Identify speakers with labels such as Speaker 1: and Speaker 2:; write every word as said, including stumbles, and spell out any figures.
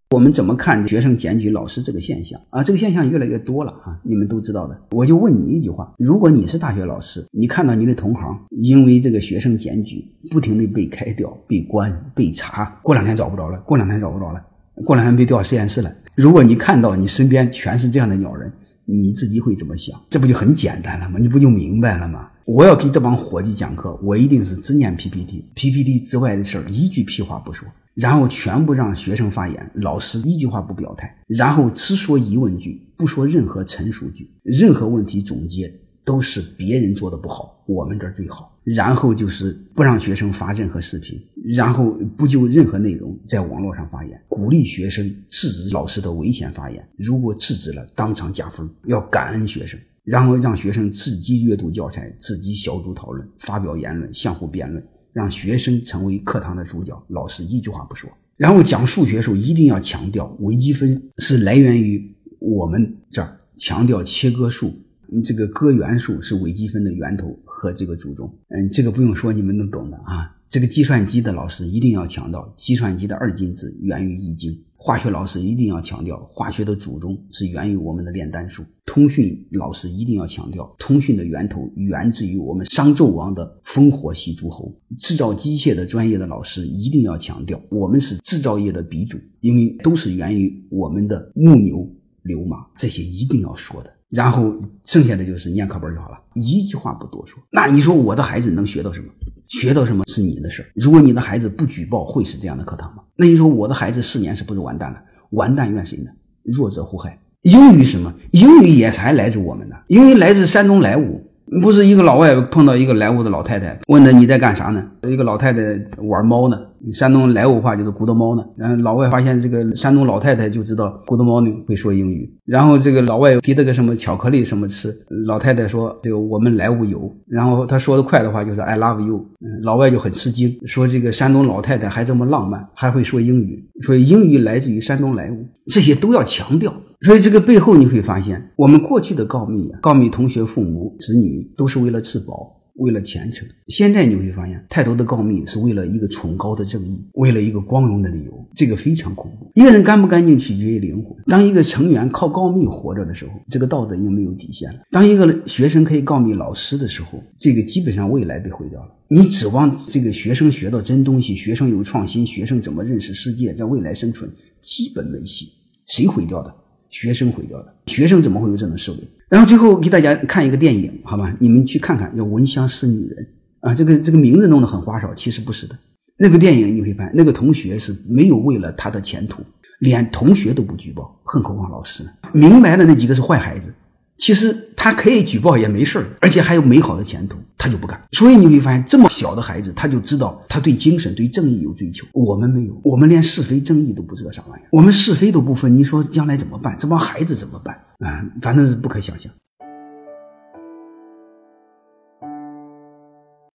Speaker 1: 我们怎么看学生检举老师这个现象啊？这个现象越来越多了啊，你们都知道的。我就问你一句话，如果你是大学老师，你看到你的同行因为这个学生检举不停地被开掉、被关、被查，过两天找不着了，过两天找不着了，过两天被调实验室了，如果你看到你身边全是这样的鸟人，你自己会怎么想？这不就很简单了吗？你不就明白了吗？我要给这帮伙计讲课，我一定是只念 P P T， P P T 之外的事儿一句屁话不说，然后全部让学生发言，老师一句话不表态，然后只说疑问句，不说任何陈述句，任何问题总结都是别人做的不好，我们这儿最好。然后就是不让学生发任何视频，然后不就任何内容在网络上发言，鼓励学生制止老师的危险发言，如果制止了当场加分，要感恩学生，然后让学生自己阅读教材，自己小组讨论，发表言论，相互辩论，让学生成为课堂的主角，老师一句话不说。然后讲数学的时候一定要强调微积分是来源于我们这儿，强调切割数，这个割元数是微积分的源头和这个祖宗。嗯，这个不用说，你们能懂的啊。这个计算机的老师一定要强调计算机的二进制源于易经，化学老师一定要强调化学的祖宗是源于我们的炼丹术，通讯老师一定要强调通讯的源头源自于我们商纣王的烽火戏诸侯。制造机械的专业的老师一定要强调我们是制造业的鼻祖，因为都是源于我们的木牛流马，这些一定要说的。然后剩下的就是念课本就好了，一句话不多说。那你说我的孩子能学到什么？学到什么是你的事儿。如果你的孩子不举报，会是这样的课堂吗？那你说我的孩子四年是不是完蛋了？完蛋怨谁呢？弱者互害。英语什么？英语也才来自我们的，英语来自山东莱芜。不是一个老外碰到一个莱芜的老太太，问他你在干啥呢？一个老太太玩猫呢，山东莱芜话就是 good morning。然后老外发现这个山东老太太就知道 good morning 会说英语，然后这个老外给他个什么巧克力什么吃，老太太说这个我们莱芜有，然后他说的快的话就是 I love you。老外就很吃惊，说这个山东老太太还这么浪漫，还会说英语，所以英语来自于山东莱芜，这些都要强调。所以这个背后你会发现，我们过去的告密啊，告密同学、父母、子女都是为了吃饱，为了前程。现在你会发现，太多的告密是为了一个崇高的正义，为了一个光荣的理由，这个非常恐怖。一个人干不干净取决于灵魂。当一个成员靠告密活着的时候，这个道德已经没有底线了。当一个学生可以告密老师的时候，这个基本上未来被毁掉了。你指望这个学生学到真东西，学生有创新，学生怎么认识世界，在未来生存，基本没戏。谁毁掉的？学生毁掉的。学生怎么会有这种思维？然后最后给大家看一个电影，好吧，你们去看看，叫《闻香识女人》啊，这个这个名字弄得很花哨，其实不是的。那个电影你会发现，那个同学是没有为了他的前途，连同学都不举报，更何况老师呢？明白了那几个是坏孩子，其实他可以举报也没事，而且还有美好的前途，他就不干。所以你会发现，这么小的孩子他就知道他对精神对正义有追求，我们没有，我们连是非正义都不知道啥玩意儿，我们是非都不分，你说将来怎么办？这帮孩子怎么办啊？反正是不可想象。